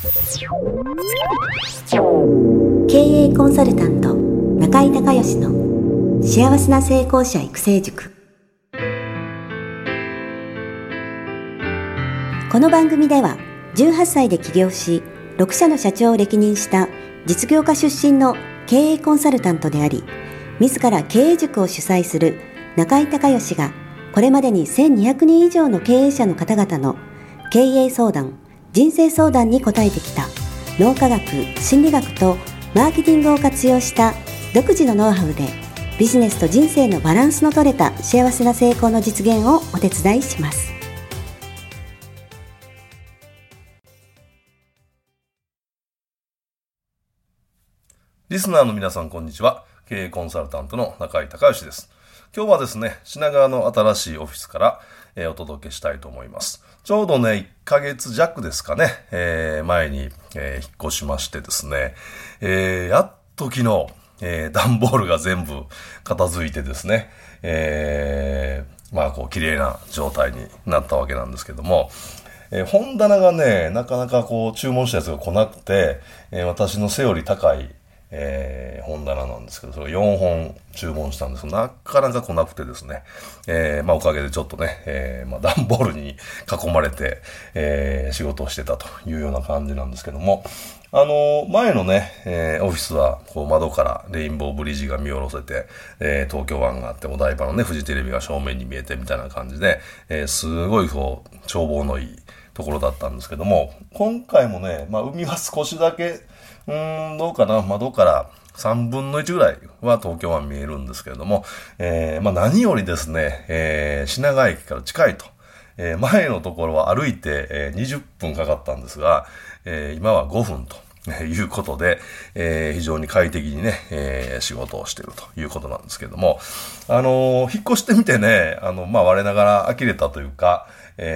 経営コンサルタント中井孝義の幸せな成功者育成塾。この番組では18歳で起業し6社の社長を歴任した実業家出身の経営コンサルタントであり、自ら経営塾を主催する中井孝義がこれまでに1200人以上の経営者の方々の経営相談、人生相談に応えてきた脳科学、心理学とマーケティングを活用した独自のノウハウでビジネスと人生のバランスの取れた幸せな成功の実現をお手伝いします。 リスナーの皆さんこんにちは。経営コンサルタントの中井孝義です。今日はですね、品川の新しいオフィスから、お届けしたいと思います。ちょうどね、1ヶ月弱ですかね、前に、引っ越しましてですね、やっと昨日、段ボールが全部片付いてですね、綺麗な状態になったわけなんですけども、本棚がね、なかなか注文したやつが来なくて、私の背より高い本棚なんですけど、それ4本注文したんですけど、なかなか来なくてですね、おかげでちょっとね、段ボールに囲まれて、仕事をしてたというような感じなんですけども、前のね、オフィスは窓からレインボーブリッジが見下ろせて、東京湾があってお台場のね、フジテレビが正面に見えてみたいな感じで、すごい眺望のいいところだったんですけども、今回もね、海は少しだけどうかな、窓から3分の1ぐらいは東京湾見えるんですけれども、何よりですね、品川駅から近いと。前のところは歩いて、20分かかったんですが、今は5分ということで、非常に快適にね、仕事をしているということなんですけれども、引っ越してみてね、我ながら呆れたというか、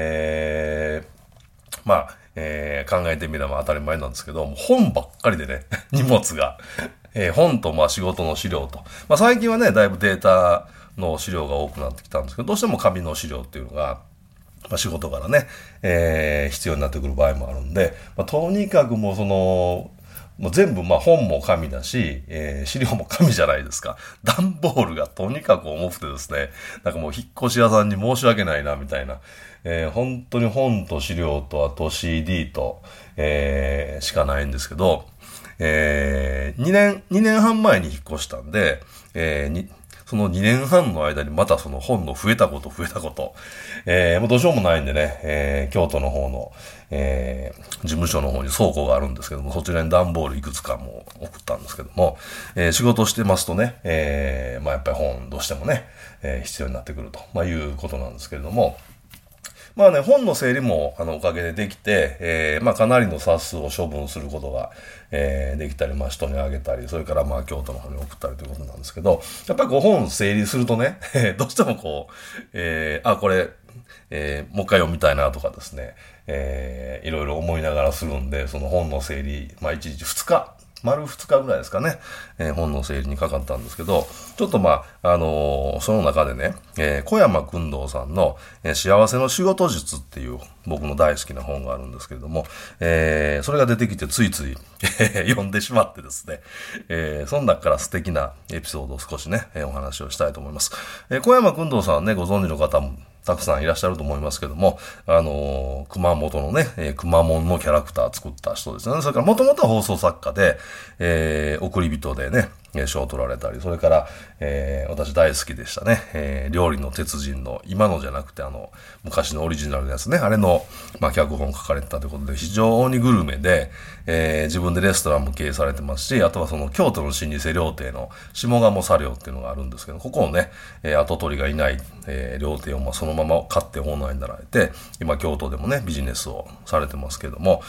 考えてみれば当たり前なんですけど、本ばっかりでね、荷物が、本と仕事の資料と、最近はね、だいぶデータの資料が多くなってきたんですけど、どうしても紙の資料っていうのが、仕事からね、必要になってくる場合もあるんで、とにかくもう全部本も紙だし、資料も紙じゃないですか。段ボールがとにかく重くてですね、なんかもう引っ越し屋さんに申し訳ないなみたいな、本当に本と資料とあと CD と、しかないんですけど、2年半前に引っ越したんで、その2年半の間にまたその本の増えたこと、もうどうしようもないんでね、京都の方の、事務所の方に倉庫があるんですけども、そちらに段ボールいくつかも送ったんですけども、仕事してますとね、やっぱり本どうしてもね、必要になってくると、いうことなんですけれども、本の整理も、おかげでできて、かなりの冊数を処分することが、できたり、人にあげたり、それから京都の方に送ったりということなんですけど、やっぱり本整理するとね、どうしてもこれ、もう一回読みたいなとかですね、いろいろ思いながらするんで、その本の整理、1日2日、丸2日ぐらいですかね、本の整理にかかったんですけど、ちょっとその中でね、小山薫堂さんの、幸せの仕事術っていう僕の大好きな本があるんですけれども、それが出てきてついつい読んでしまってですね、その中から素敵なエピソードを少しね、お話をしたいと思います。小山薫堂さんはね、ご存知の方もたくさんいらっしゃると思いますけども、熊本のね、熊本のキャラクター作った人ですね。それからもともとは放送作家で、送り人でね、賞を取られたり、それから、私大好きでしたね、料理の鉄人の、今のじゃなくて昔のオリジナルのやつね、あれの、脚本書かれてたということで、非常にグルメで、自分でレストランも経営されてますし、あとはその京都の老舗料亭の下鴨茶寮っていうのがあるんですけど、ここをね、跡取りがいない、料亭をそのまま買ってオーナーになられて、今京都でもね、ビジネスをされてますけども、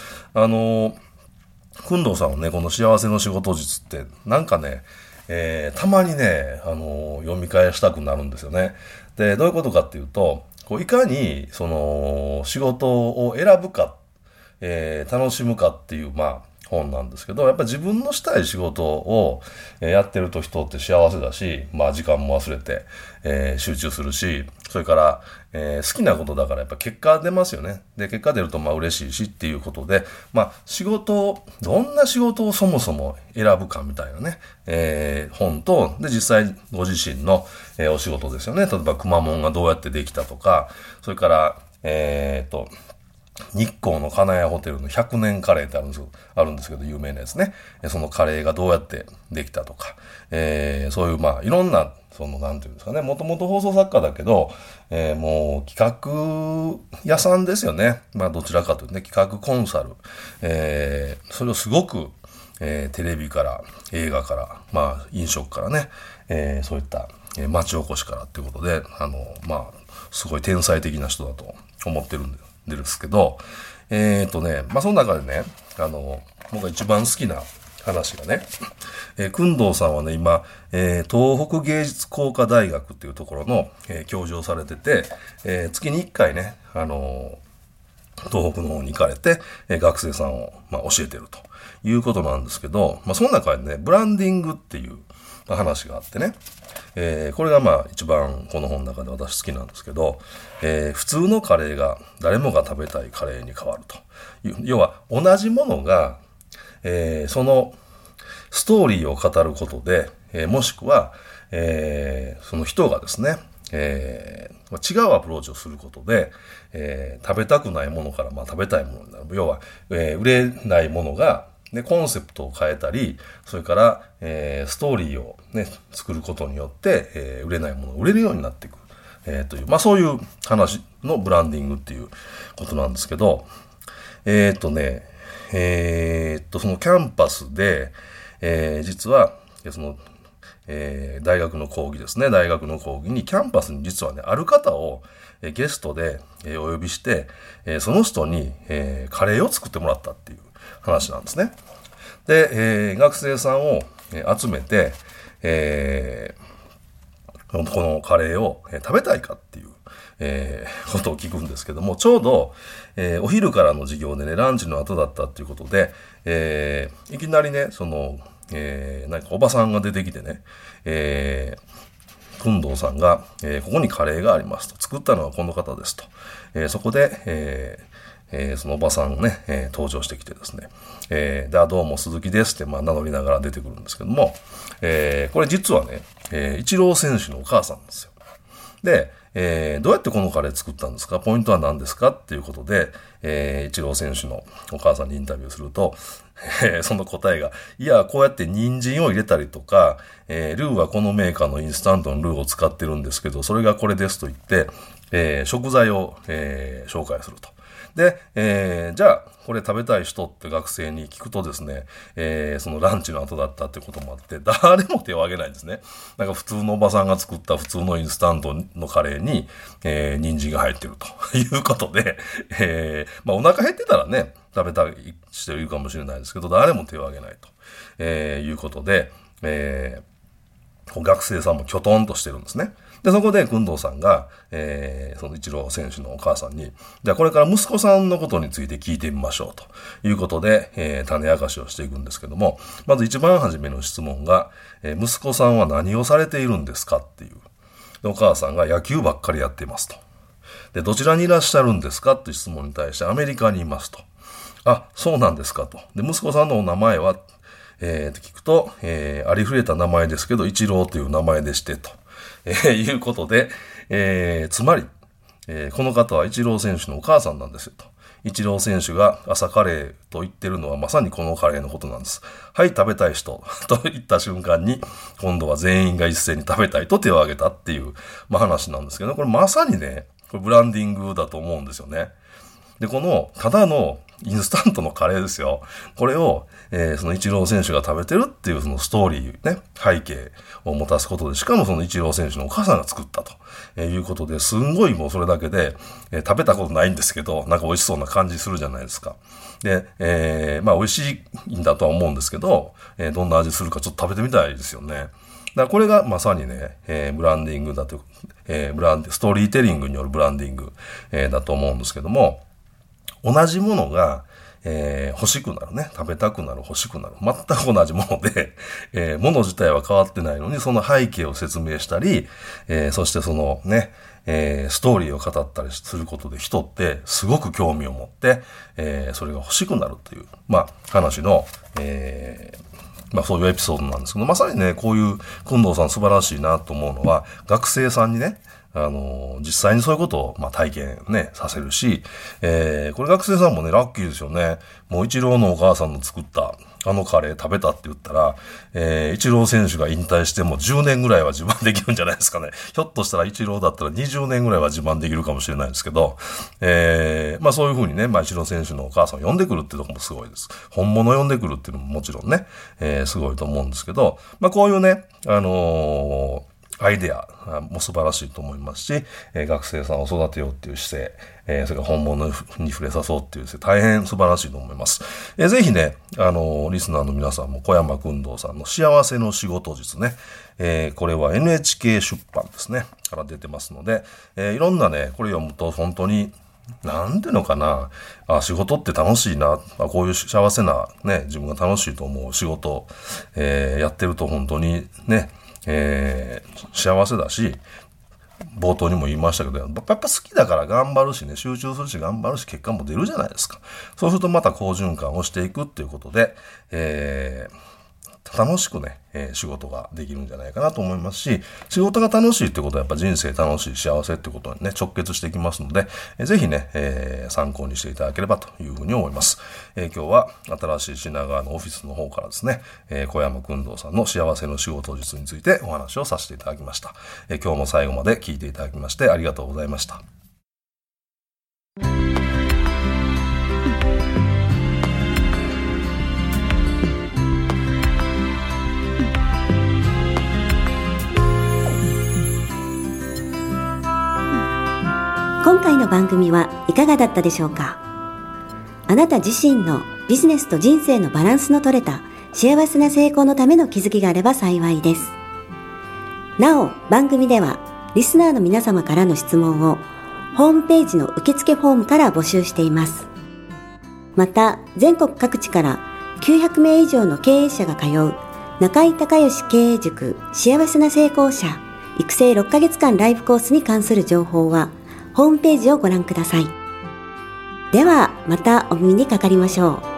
薫堂さんのね、この幸せの仕事術って、なんかね、たまにね、読み返したくなるんですよね。で、どういうことかっていうと、いかに、仕事を選ぶか、楽しむかっていう、 本なんですけど、やっぱり自分のしたい仕事をやってると人って幸せだし、時間も忘れて、集中するし、それから、好きなことだからやっぱ結果出ますよね。で、結果出ると嬉しいしっていうことで、仕事、どんな仕事をそもそも選ぶかみたいなね、本と、で、実際ご自身の、お仕事ですよね。例えば、くまモンがどうやってできたとか、それから、日光の金谷ホテルの100年カレーってあるんですけど、有名なやつね。そのカレーがどうやってできたとか、そういういろんな、なんていうんですかね、もともと放送作家だけど、もう企画屋さんですよね。どちらかというとね、企画コンサル。それをすごく、テレビから、映画から、飲食からね、そういった、町おこしからっていうことで、すごい天才的な人だと思ってるんですけど、その中でね、僕が一番好きな話がね、工藤さんはね、今、東北芸術工科大学っていうところの、教授をされてて、月に1回ね、東北の方に行かれて、学生さんを、教えてるということなんですけど、その中でね、ブランディングっていう話があってね、これが一番この本の中で私好きなんですけど、普通のカレーが誰もが食べたいカレーに変わるという、要は同じものが、そのストーリーを語ることで、もしくは、その人がですね、違うアプローチをすることで、食べたくないものから食べたいものになる。要は、売れないものが、コンセプトを変えたり、それから、ストーリーをね、作ることによって、売れないものが売れるようになっていく。という、そういう話のブランディングっていうことなんですけど、そのキャンパスで、実は、大学の講義ですね。大学の講義にキャンパスに実はね、ある方をゲストでお呼びして、その人にカレーを作ってもらったっていう話なんですね。で、学生さんを集めて、このカレーを食べたいかっていうことを聞くんですけども、ちょうど、お昼からの授業でね、ランチの後だったっていうことで、いきなりね、なんかおばさんが出てきてね、工藤さんが、ここにカレーがありますと。作ったのはこの方ですと。そこで、そのおばさんね、登場してきてですね、どうも鈴木ですって、名乗りながら出てくるんですけども、これ実はね、イチロー選手のお母さんなんですよ。で、どうやってこのカレー作ったんですか？ポイントは何ですか？っていうことで、イチロー選手のお母さんにインタビューすると、その答えが、いや、こうやって人参を入れたりとか、ルーはこのメーカーのインスタントのルーを使ってるんですけど、それがこれですと言って、食材を、紹介すると。で、じゃあ、これ食べたい人って学生に聞くとですね、そのランチの後だったってこともあって、誰も手を挙げないんですね。なんか普通のおばさんが作った普通のインスタントのカレーに、人参が入ってるということで、お腹減ってたらね、食べたい人いるかもしれないですけど、誰も手を挙げないと、いうことで、学生さんもきょとんとしてるんですね。で、そこで、工藤さんが、そのイチロー選手のお母さんに、じゃあこれから息子さんのことについて聞いてみましょうということで、種明かしをしていくんですけども、まず一番初めの質問が、息子さんは何をされているんですかっていう。で、お母さんが野球ばっかりやっていますと。で、どちらにいらっしゃるんですかっていう質問に対して、アメリカにいますと。あ、そうなんですかと。で、息子さんのお名前は、って聞くと、ありふれた名前ですけど、イチローという名前でして、と、いうことで、つまり、この方はイチロー選手のお母さんなんですよ、と。イチロー選手が朝カレーと言ってるのはまさにこのカレーのことなんです。はい、食べたい人と言った瞬間に、今度は全員が一斉に食べたいと手を挙げたっていう、話なんですけど、これまさにね、これブランディングだと思うんですよね。で、この、ただのインスタントのカレーですよ。これを、そのイチロー選手が食べてるっていうそのストーリーね、背景を持たすことで、しかもそのイチロー選手のお母さんが作ったということで、すんごいもうそれだけで、食べたことないんですけど、なんか美味しそうな感じするじゃないですか。で、美味しいんだとは思うんですけど、どんな味するかちょっと食べてみたいですよね。だからこれがまさにね、ブランディングだと、ストーリーテリングによるブランディング、だと思うんですけども、同じものが、 欲しくなるね。食べたくなる、欲しくなる。全く同じもので、物自体は変わってないのに、その背景を説明したり、そしてそのね、ストーリーを語ったりすることで人ってすごく興味を持って、それが欲しくなるという、話の、そういうエピソードなんですけど、まさにね、こういう、くんどうさん素晴らしいなと思うのは、学生さんにね、実際にそういうことを、体験ね、させるし、これ学生さんもね、ラッキーですよね。もうイチローのお母さんの作ったあのカレー食べたって言ったら、イチロー選手が引退しても10年ぐらいは自慢できるんじゃないですかね。ひょっとしたらイチローだったら20年ぐらいは自慢できるかもしれないですけど、そういうふうにね、イチロー選手のお母さんを呼んでくるっていうところもすごいです。本物呼んでくるっていうのももちろんね、すごいと思うんですけど、こういうね、アイデアも素晴らしいと思いますし、学生さんを育てようっていう姿勢、それから本物に触れさそうっていう姿勢、大変素晴らしいと思います。ぜひね、リスナーの皆さんも小山君堂さんの幸せの仕事術ね、これは NHK 出版ですね、から出てますので、いろんなね、これ読むと本当に、なんていうのかな、仕事って楽しいな、こういう幸せなね、自分が楽しいと思う仕事、やってると本当にね、幸せだし、冒頭にも言いましたけど、やっぱ好きだから頑張るしね、集中するし頑張るし結果も出るじゃないですか。そうするとまた好循環をしていくっていうことで、楽しくね、仕事ができるんじゃないかなと思いますし、仕事が楽しいってことはやっぱ人生楽しい幸せってことにね、直結していきますので、ぜひね、参考にしていただければというふうに思います。今日は新しい品川のオフィスの方からですね、小山君堂さんの幸せの仕事術についてお話をさせていただきました。今日も最後まで聞いていただきましてありがとうございました。 今回の番組はいかがだったでしょうか。あなた自身のビジネスと人生のバランスの取れた幸せな成功のための気づきがあれば幸いです。なお、番組ではリスナーの皆様からの質問をホームページの受付フォームから募集しています。また、全国各地から900名以上の経営者が通う中井隆義経営塾幸せな成功者育成6ヶ月間ライブコースに関する情報はホームページをご覧ください。ではまたお耳にかかりましょう。